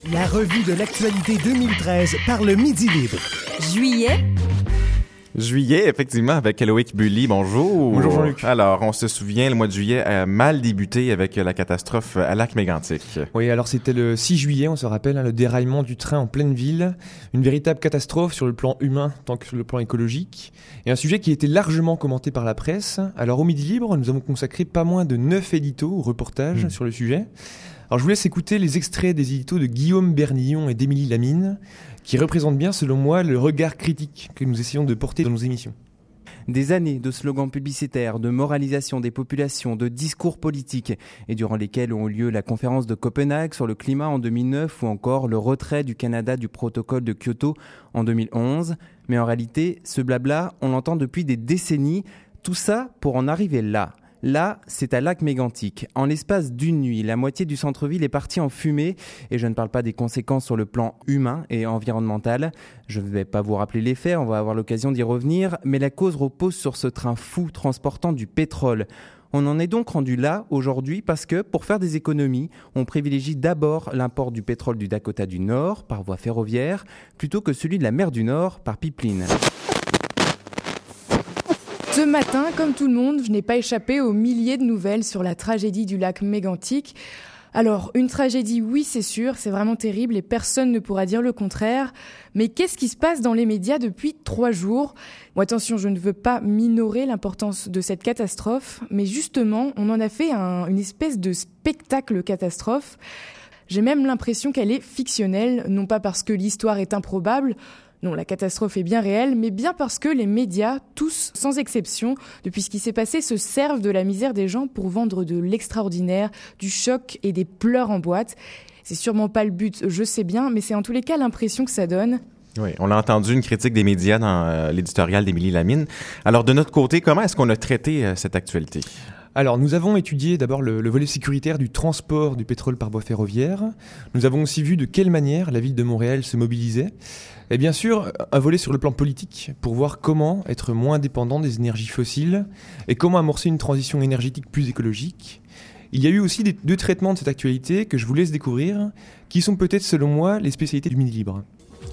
La revue de l'actualité 2013 par le Midi Libre. Juillet, effectivement, avec Loïc Bully. Bonjour. Bonjour Jean-Luc. Alors, on se souvient, le mois de juillet a mal débuté avec la catastrophe à Lac-Mégantic. Oui, alors c'était le 6 juillet, on se rappelle, le déraillement du train en pleine ville. Une véritable catastrophe sur le plan humain tant que sur le plan écologique. Et un sujet qui a été largement commenté par la presse. Alors au Midi Libre, nous avons consacré pas moins de 9 éditos ou reportages sur le sujet. Alors je vous laisse écouter les extraits des éditos de Guillaume Bernillon et d'Émilie Lamine, qui représentent bien, selon moi, le regard critique que nous essayons de porter dans nos émissions. Des années de slogans publicitaires, de moralisation des populations, de discours politiques, et durant lesquels ont eu lieu la conférence de Copenhague sur le climat en 2009 ou encore le retrait du Canada du protocole de Kyoto en 2011. Mais en réalité, ce blabla, on l'entend depuis des décennies, tout ça pour en arriver là. Là, c'est à Lac-Mégantic. En l'espace d'une nuit, la moitié du centre-ville est partie en fumée. Et je ne parle pas des conséquences sur le plan humain et environnemental. Je ne vais pas vous rappeler les faits, on va avoir l'occasion d'y revenir. Mais la cause repose sur ce train fou transportant du pétrole. On en est donc rendu là aujourd'hui parce que, pour faire des économies, on privilégie d'abord l'import du pétrole du Dakota du Nord par voie ferroviaire plutôt que celui de la mer du Nord par pipeline. Ce matin, comme tout le monde, je n'ai pas échappé aux milliers de nouvelles sur la tragédie du lac Mégantic. Alors, une tragédie, oui, c'est sûr, c'est vraiment terrible et personne ne pourra dire le contraire. Mais qu'est-ce qui se passe dans les médias depuis 3 jours ? Bon, attention, je ne veux pas minorer l'importance de cette catastrophe, mais justement, on en a fait une espèce de spectacle catastrophe. J'ai même l'impression qu'elle est fictionnelle, non pas parce que l'histoire est improbable. Non, la catastrophe est bien réelle, mais bien parce que les médias, tous sans exception, depuis ce qui s'est passé, se servent de la misère des gens pour vendre de l'extraordinaire, du choc et des pleurs en boîte. C'est sûrement pas le but, je sais bien, mais c'est en tous les cas l'impression que ça donne. Oui, on a entendu une critique des médias dans l'éditorial d'Émilie Lamine. Alors, de notre côté, comment est-ce qu'on a traité cette actualité? Alors, nous avons étudié d'abord le volet sécuritaire du transport du pétrole par voie ferroviaire. Nous avons aussi vu de quelle manière la ville de Montréal se mobilisait. Et bien sûr, un volet sur le plan politique pour voir comment être moins dépendant des énergies fossiles et comment amorcer une transition énergétique plus écologique. Il y a eu aussi deux traitements de cette actualité que je vous laisse découvrir, qui sont peut-être, selon moi, les spécialités du Midi Libre.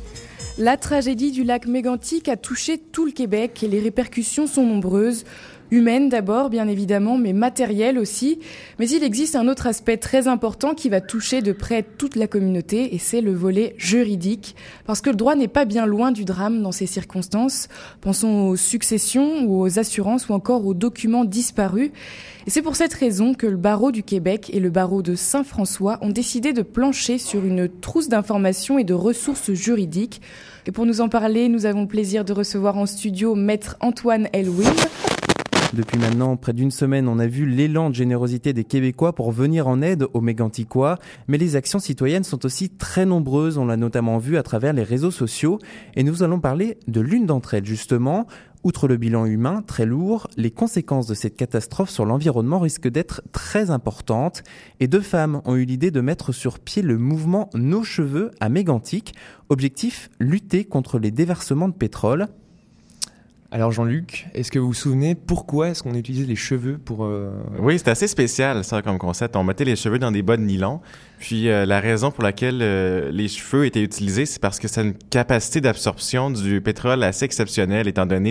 La tragédie du lac Mégantic a touché tout le Québec et les répercussions sont nombreuses. Humaines d'abord, bien évidemment, mais matérielles aussi. Mais il existe un autre aspect très important qui va toucher de près toute la communauté, et c'est le volet juridique. Parce que le droit n'est pas bien loin du drame dans ces circonstances. Pensons aux successions ou aux assurances ou encore aux documents disparus. Et c'est pour cette raison que le barreau du Québec et le barreau de Saint-François ont décidé de plancher sur une trousse d'informations et de ressources juridiques. Et pour nous en parler, nous avons le plaisir de recevoir en studio Maître Antoine Elwin. Depuis maintenant près d'une semaine, on a vu l'élan de générosité des Québécois pour venir en aide aux Méganticois. Mais les actions citoyennes sont aussi très nombreuses, on l'a notamment vu à travers les réseaux sociaux. Et nous allons parler de l'une d'entre elles justement. Outre le bilan humain très lourd, les conséquences de cette catastrophe sur l'environnement risquent d'être très importantes. Et 2 femmes ont eu l'idée de mettre sur pied le mouvement Nos Cheveux à Mégantic. Objectif, lutter contre les déversements de pétrole. Alors Jean-Luc, est-ce que vous vous souvenez pourquoi est-ce qu'on utilisait les cheveux pour... Oui, c'est assez spécial ça comme concept. On mettait les cheveux dans des bas de nylon. Puis la raison pour laquelle les cheveux étaient utilisés, c'est parce que ça a une capacité d'absorption du pétrole assez exceptionnelle, étant donné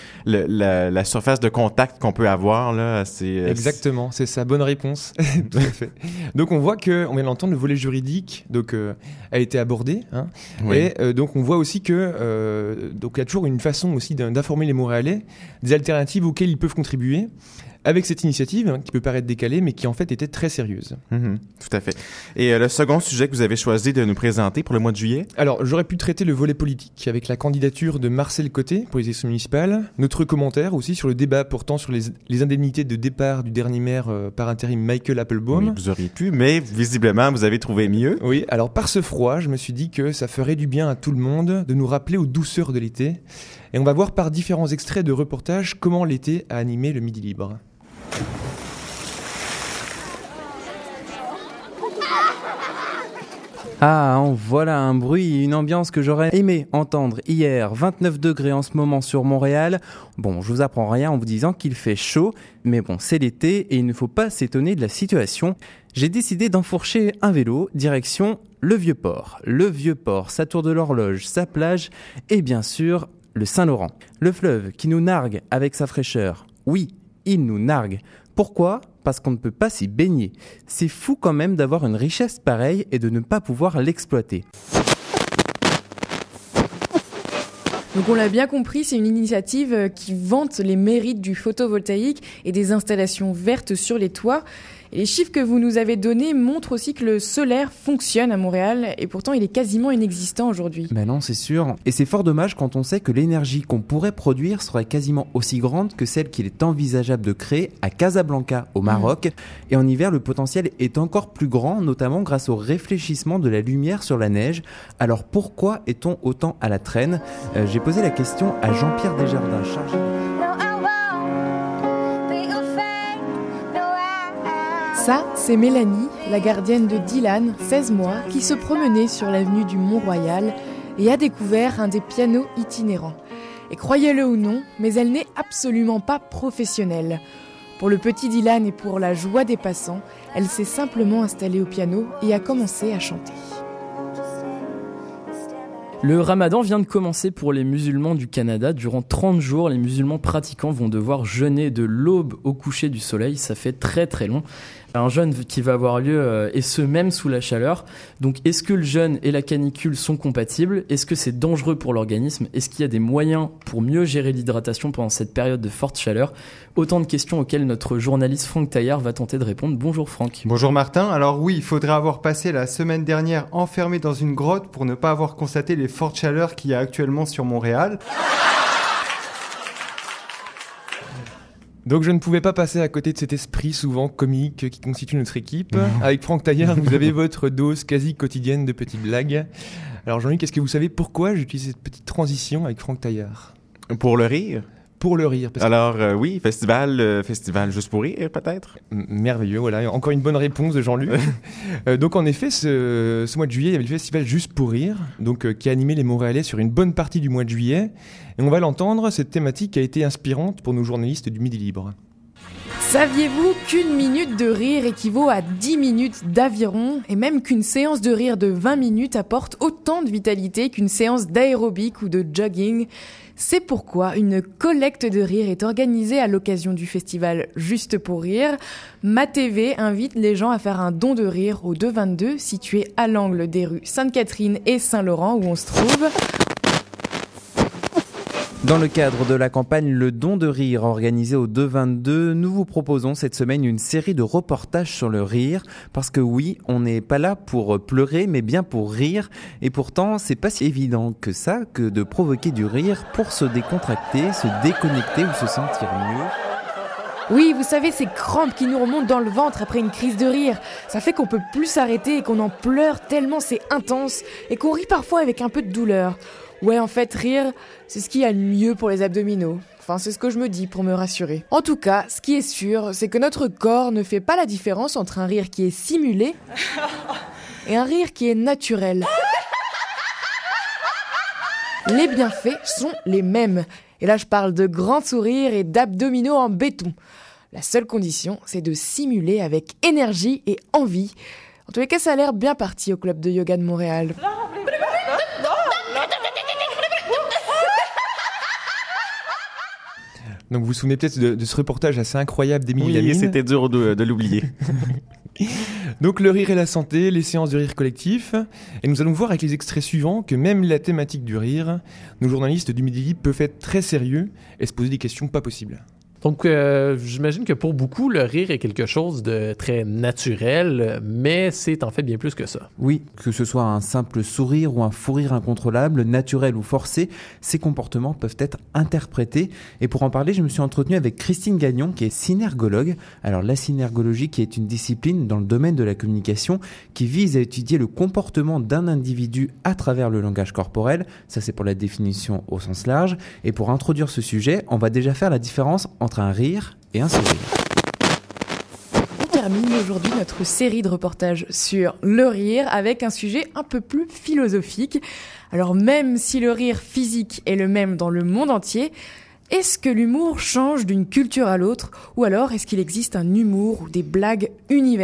la surface de contact qu'on peut avoir là. Exactement, c'est sa bonne réponse. Tout à fait. Donc on voit que, on vient d'entendre, le volet juridique a été abordé. Hein, oui. Et donc on voit aussi que donc il y a toujours une façon aussi d'informer les Montréalais des alternatives auxquelles ils peuvent contribuer. Avec cette initiative, qui peut paraître décalée, mais qui en fait était très sérieuse. Tout à fait. Et le second sujet que vous avez choisi de nous présenter pour le mois de juillet? Alors, j'aurais pu traiter le volet politique avec la candidature de Marcel Côté pour les élections municipales. Notre commentaire aussi sur le débat portant sur les indemnités de départ du dernier maire par intérim Michael Applebaum. Oui, vous auriez pu, mais visiblement, vous avez trouvé mieux. Oui, alors par ce froid, je me suis dit que ça ferait du bien à tout le monde de nous rappeler aux douceurs de l'été. Et on va voir par différents extraits de reportages comment l'été a animé le Midi Libre. Ah, en voilà un bruit et une ambiance que j'aurais aimé entendre hier. 29 degrés en ce moment sur Montréal. Bon, je vous apprends rien en vous disant qu'il fait chaud, mais bon, c'est l'été et il ne faut pas s'étonner de la situation. J'ai décidé d'enfourcher un vélo, direction le Vieux-Port. Le Vieux-Port, sa tour de l'horloge, sa plage et bien sûr le Saint-Laurent. Le fleuve qui nous nargue avec sa fraîcheur. Oui, il nous nargue. Pourquoi ? Parce qu'on ne peut pas s'y baigner. C'est fou quand même d'avoir une richesse pareille et de ne pas pouvoir l'exploiter. Donc on l'a bien compris, c'est une initiative qui vante les mérites du photovoltaïque et des installations vertes sur les toits. Et les chiffres que vous nous avez donnés montrent aussi que le solaire fonctionne à Montréal et pourtant il est quasiment inexistant aujourd'hui. Ben non, c'est sûr. Et c'est fort dommage quand on sait que l'énergie qu'on pourrait produire serait quasiment aussi grande que celle qu'il est envisageable de créer à Casablanca, au Maroc. Et en hiver, le potentiel est encore plus grand, notamment grâce au réfléchissement de la lumière sur la neige. Alors pourquoi est-on autant à la traîne ? J'ai posé la question à Jean-Pierre Desjardins, chargé... Ça, c'est Mélanie, la gardienne de Dylan, 16 mois, qui se promenait sur l'avenue du Mont-Royal et a découvert un des pianos itinérants. Et croyez-le ou non, mais elle n'est absolument pas professionnelle. Pour le petit Dylan et pour la joie des passants, elle s'est simplement installée au piano et a commencé à chanter. Le ramadan vient de commencer pour les musulmans du Canada. Durant 30 jours, les musulmans pratiquants vont devoir jeûner de l'aube au coucher du soleil. Ça fait très très long. Un jeûne qui va avoir lieu et ce même sous la chaleur. Donc est-ce que le jeûne et la canicule sont compatibles ? Est-ce que c'est dangereux pour l'organisme ? Est-ce qu'il y a des moyens pour mieux gérer l'hydratation pendant cette période de forte chaleur ? Autant de questions auxquelles notre journaliste Franck Taillard va tenter de répondre. Bonjour Franck. Bonjour Martin. Alors oui, il faudrait avoir passé la semaine dernière enfermé dans une grotte pour ne pas avoir constaté les fortes chaleurs qu'il y a actuellement sur Montréal. Donc je ne pouvais pas passer à côté de cet esprit souvent comique qui constitue notre équipe. Avec Franck Taillard, vous avez votre dose quasi quotidienne de petites blagues. Alors Jean-Luc, est-ce que vous savez pourquoi j'utilise cette petite transition avec Franck Taillard ? Pour le rire? Pour le rire. Alors oui, festival juste pour rire peut-être? Merveilleux, voilà, encore une bonne réponse de Jean-Luc. Donc en effet, ce mois de juillet, il y avait le festival Juste pour rire, donc qui a animé les Montréalais sur une bonne partie du mois de juillet. Et on va l'entendre, cette thématique a été inspirante pour nos journalistes du Midi Libre. Saviez-vous qu'une minute de rire équivaut à 10 minutes d'aviron et même qu'une séance de rire de 20 minutes apporte autant de vitalité qu'une séance d'aérobic ou de jogging ? C'est pourquoi une collecte de rire est organisée à l'occasion du festival Juste pour rire. MaTV invite les gens à faire un don de rire au 222 situé à l'angle des rues Sainte-Catherine et Saint-Laurent où on se trouve. Dans le cadre de la campagne Le Don de Rire organisée au 222, nous vous proposons cette semaine une série de reportages sur le rire. Parce que oui, on n'est pas là pour pleurer, mais bien pour rire. Et pourtant, c'est pas si évident que ça, que de provoquer du rire pour se décontracter, se déconnecter ou se sentir mieux. Oui, vous savez, ces crampes qui nous remontent dans le ventre après une crise de rire, ça fait qu'on peut plus s'arrêter et qu'on en pleure tellement c'est intense et qu'on rit parfois avec un peu de douleur. Ouais, en fait, rire, c'est ce qu'il y a de mieux pour les abdominaux. Enfin, c'est ce que je me dis pour me rassurer. En tout cas, ce qui est sûr, c'est que notre corps ne fait pas la différence entre un rire qui est simulé et un rire qui est naturel. Les bienfaits sont les mêmes. Et là, je parle de grands sourires et d'abdominaux en béton. La seule condition, c'est de simuler avec énergie et envie. En tous les cas, ça a l'air bien parti au club de yoga de Montréal. Donc vous vous souvenez peut-être de ce reportage assez incroyable d'Émilie Lamine. Oui, c'était dur de l'oublier. Donc le rire et la santé, les séances de rire collectif. Et nous allons voir avec les extraits suivants que même la thématique du rire, nos journalistes du Midi Libre peuvent être très sérieux et se poser des questions pas possibles. Donc, j'imagine que pour beaucoup, le rire est quelque chose de très naturel, mais c'est en fait bien plus que ça. Oui, que ce soit un simple sourire ou un fou rire incontrôlable, naturel ou forcé, ces comportements peuvent être interprétés. Et pour en parler, je me suis entretenu avec Christine Gagnon, qui est synergologue. Alors, la synergologie, qui est une discipline dans le domaine de la communication, qui vise à étudier le comportement d'un individu à travers le langage corporel. Ça, c'est pour la définition au sens large. Et pour introduire ce sujet, on va déjà faire la différence entre un rire et un sourire. termine aujourd'hui notre série de reportages sur le rire avec un sujet un peu plus philosophique. Alors même si le rire physique est le même dans le monde entier, est-ce que l'humour change d'une culture à l'autre ou alors est-ce qu'il existe un humour ou des blagues universelles ?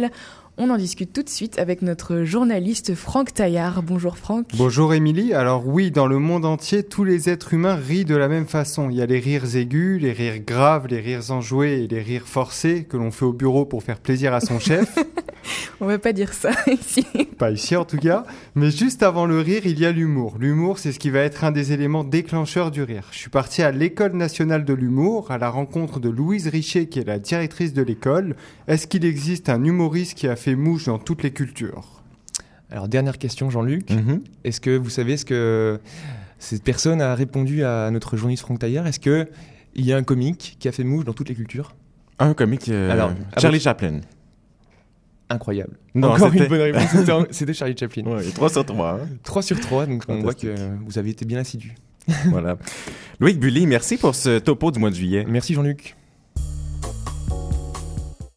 On en discute tout de suite avec notre journaliste Franck Taillard. Bonjour Franck. Bonjour Émilie. Alors oui, dans le monde entier, tous les êtres humains rient de la même façon. Il y a les rires aigus, les rires graves, les rires enjoués et les rires forcés que l'on fait au bureau pour faire plaisir à son chef. On va pas dire ça ici. Pas ici en tout cas. Mais juste avant le rire, il y a l'humour. L'humour, c'est ce qui va être un des éléments déclencheurs du rire. Je suis parti à l'École nationale de l'humour, à la rencontre de Louise Richer, qui est la directrice de l'école. Est-ce qu'il existe un humoriste qui a fait mouche dans toutes les cultures ? Alors, dernière question, Jean-Luc. Est-ce que vous savez ce que cette personne a répondu à notre journaliste Franck Taillard ? Est-ce qu'il y a un comique qui a fait mouche dans toutes les cultures ? Un comique, Charlie Chaplin. Incroyable. Non, Encore une bonne réponse, c'était Charlie Chaplin. Ouais, 3 sur 3. 3 sur 3, donc on voit que vous avez été bien assidu. Voilà. Loïc Bully, merci pour ce topo du mois de juillet. Merci Jean-Luc.